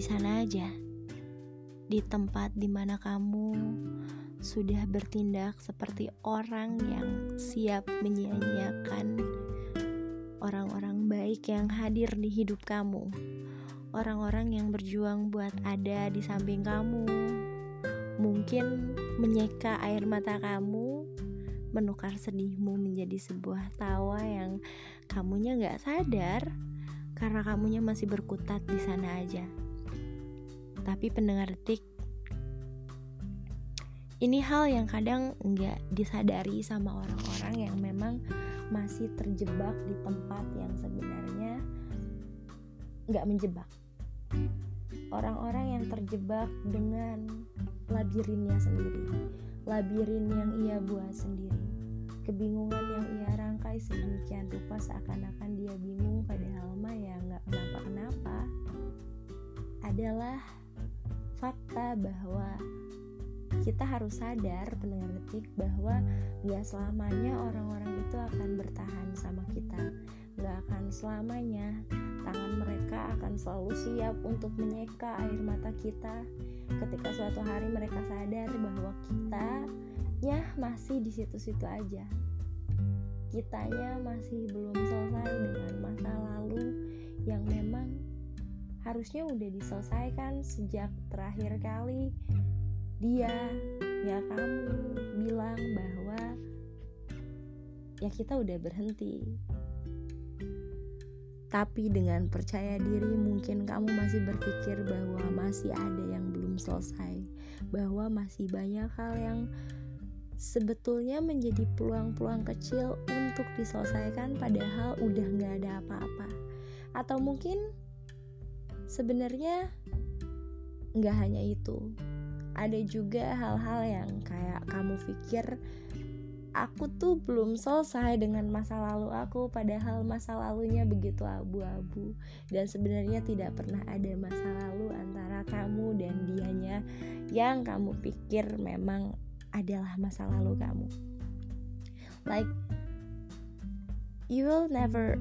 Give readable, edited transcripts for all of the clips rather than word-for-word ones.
sana aja, di tempat dimana kamu sudah bertindak seperti orang yang siap menyia-nyiakan orang-orang baik yang hadir di hidup kamu, orang-orang yang berjuang buat ada di samping kamu, mungkin menyeka air mata kamu, menukar sedihmu menjadi sebuah tawa yang kamunya gak sadar karena kamunya masih berkutat di sana aja. Tapi pendengar detik, ini hal yang kadang nggak disadari sama orang-orang yang memang masih terjebak di tempat yang sebenarnya nggak menjebak. Orang-orang yang terjebak dengan labirinnya sendiri, labirin yang ia buat sendiri, kebingungan yang ia rangkai sedemikian rupa seakan-akan dia bingung padahal mah ya nggak kenapa-kenapa. Adalah fakta bahwa kita harus sadar, pendengar detik, bahwa gak selamanya orang-orang itu akan bertahan sama kita. Gak akan selamanya tangan mereka akan selalu siap untuk menyeka air mata kita ketika suatu hari mereka sadar bahwa kitanya masih di situ-situ aja. Kitanya masih belum selesai dengan masa lalu yang memang harusnya udah diselesaikan sejak terakhir kali dia, ya kamu bilang bahwa ya kita udah berhenti. Tapi dengan percaya diri mungkin kamu masih berpikir bahwa masih ada yang belum selesai, bahwa masih banyak hal yang sebetulnya menjadi peluang-peluang kecil untuk diselesaikan padahal udah gak ada apa-apa. Atau mungkin sebenarnya gak hanya itu, ada juga hal-hal yang kayak kamu pikir aku tuh belum selesai dengan masa lalu aku, padahal masa lalunya begitu abu-abu dan sebenarnya tidak pernah ada masa lalu antara kamu dan dianya yang kamu pikir memang adalah masa lalu kamu. Like you will never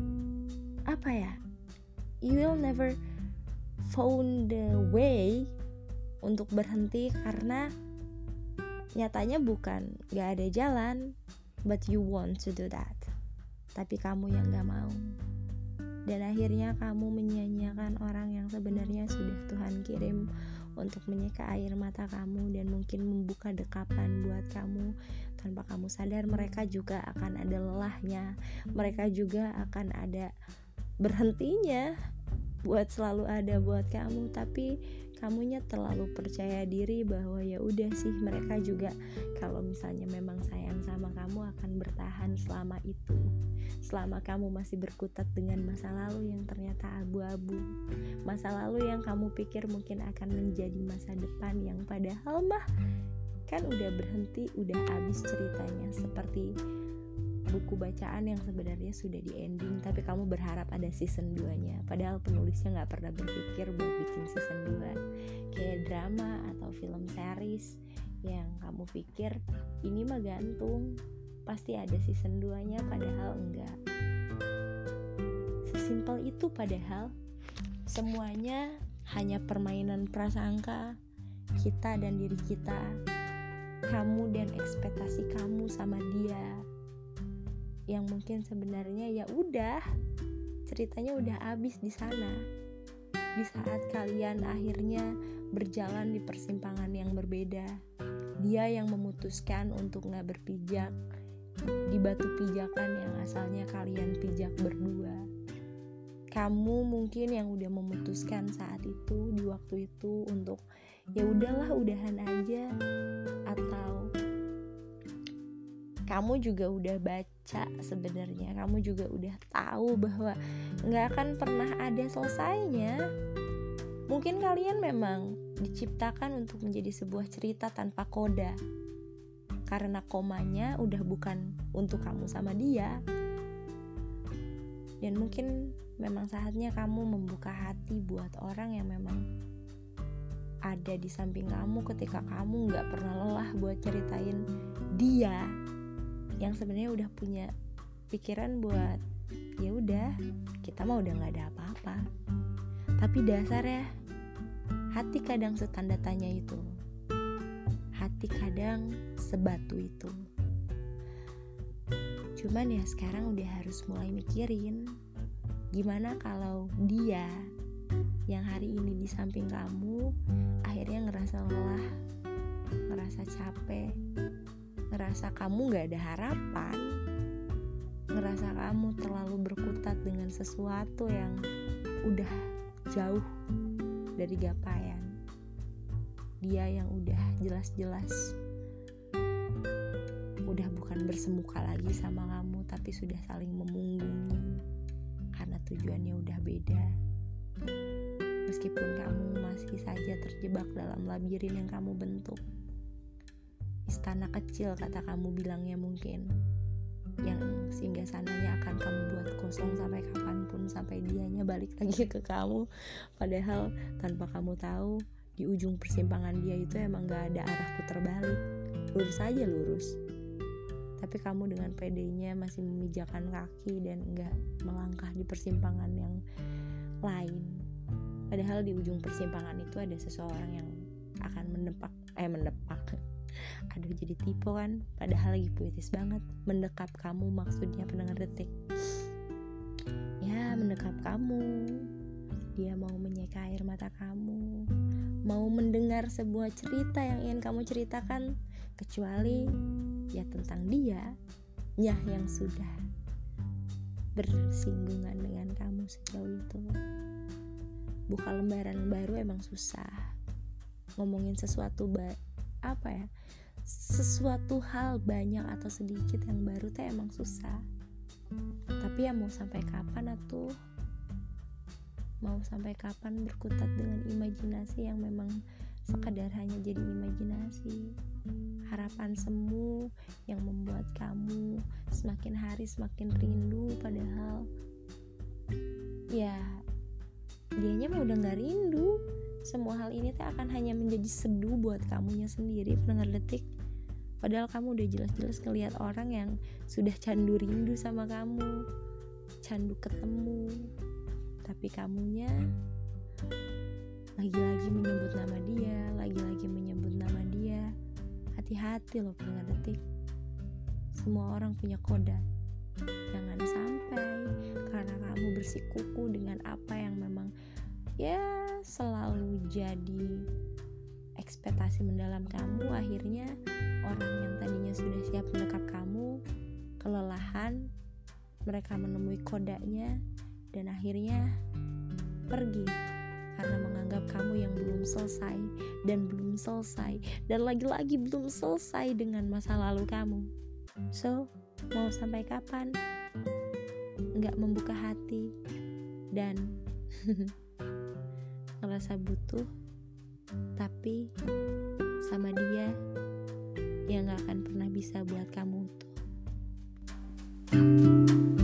found the way untuk berhenti karena nyatanya bukan gak ada jalan, but you want to do that, tapi kamu yang gak mau. Dan akhirnya kamu menyia-nyiakan orang yang sebenarnya sudah Tuhan kirim untuk menyeka air mata kamu dan mungkin membuka dekapan buat kamu. Tanpa kamu sadar mereka juga akan ada lelahnya, mereka juga akan ada berhentinya buat selalu ada buat kamu, tapi kamunya terlalu percaya diri bahwa ya udah sih mereka juga kalau misalnya memang sayang sama kamu akan bertahan selama itu, selama kamu masih berkutat dengan masa lalu yang ternyata abu-abu, masa lalu yang kamu pikir mungkin akan menjadi masa depan yang padahal mah kan udah berhenti, udah habis ceritanya, seperti buku bacaan yang sebenarnya sudah di ending tapi kamu berharap ada season 2-nya padahal penulisnya gak pernah berpikir buat bikin season 2. Kayak drama atau film series yang kamu pikir ini mah gantung, pasti ada season 2-nya padahal enggak. Sesimpel itu, padahal semuanya hanya permainan prasangka kita dan diri kita, kamu dan ekspektasi kamu sama dia, yang mungkin sebenarnya ya udah ceritanya udah habis di sana. Di saat kalian akhirnya berjalan di persimpangan yang berbeda, dia yang memutuskan untuk gak berpijak di batu pijakan yang asalnya kalian pijak berdua. Kamu mungkin yang udah memutuskan saat itu, di waktu itu untuk ya udahlah udahan aja, atau kamu juga udah baca sebenarnya, kamu juga udah tahu bahwa gak akan pernah ada selesainya. Mungkin kalian memang diciptakan untuk menjadi sebuah cerita tanpa koda, karena komanya udah bukan untuk kamu sama dia. Dan mungkin memang saatnya kamu membuka hati buat orang yang memang ada di samping kamu ketika kamu gak pernah lelah buat ceritain dia yang sebenarnya udah punya pikiran buat ya udah kita mah udah nggak ada apa-apa. Tapi dasar ya Hati kadang setanda tanya itu. Hati kadang sebatu itu. Cuman ya sekarang udah harus mulai mikirin, gimana kalau dia yang hari ini di samping kamu akhirnya ngerasa lelah, ngerasa capek, ngerasa kamu gak ada harapan, ngerasa kamu terlalu berkutat dengan sesuatu yang udah jauh dari gapaian. Dia yang udah jelas-jelas udah bukan bersemuka lagi sama kamu, tapi sudah saling memunggungi karena tujuannya udah beda. Meskipun kamu masih saja terjebak dalam labirin yang kamu bentuk, istana kecil kata kamu bilangnya mungkin, yang singgasananya akan kamu buat kosong sampai kapanpun, sampai dianya balik lagi ke kamu. Padahal tanpa kamu tahu, di ujung persimpangan dia itu emang gak ada arah putar balik, lurus aja lurus. Tapi kamu dengan pedenya masih memijakan kaki dan gak melangkah di persimpangan yang lain. Padahal di ujung persimpangan itu ada seseorang yang akan mendepak. Aduh, jadi tipe kan. Padahal lagi puitis banget. Mendekap kamu maksudnya pendengar detik. Ya, mendekap kamu. Dia mau menyeka air mata kamu, mau mendengar sebuah cerita yang ingin kamu ceritakan, kecuali ya tentang dia, yang sudah bersinggungan dengan kamu sejauh itu. Buka lembaran baru emang susah. Ngomongin sesuatu sesuatu hal banyak atau sedikit yang baru tuh emang susah. Tapi ya mau sampai kapan atuh? Mau sampai kapan berkutat dengan imajinasi yang memang sekadar hanya jadi imajinasi? Harapan semu yang membuat kamu semakin hari semakin rindu, padahal ya dianya mah udah gak rindu. Semua hal ini akan hanya menjadi seduh buat kamunya sendiri, pendengar detik. Padahal kamu udah jelas-jelas ngelihat orang yang sudah candu rindu sama kamu, candu ketemu, tapi kamunya lagi-lagi menyebut nama dia, lagi-lagi menyebut nama dia. Hati-hati loh pendengar detik. Semua orang punya koda. Jangan sampai karena kamu bersikuku dengan apa yang memang ya selalu jadi ekspektasi mendalam kamu, akhirnya orang yang tadinya sudah siap mendekap kamu kelelahan, mereka menemui kodanya dan akhirnya pergi karena menganggap kamu yang belum selesai dan lagi-lagi belum selesai dengan masa lalu kamu. So, mau sampai kapan nggak membuka hati dan ngerasa butuh tapi sama dia yang gak akan pernah bisa buat kamu utuh.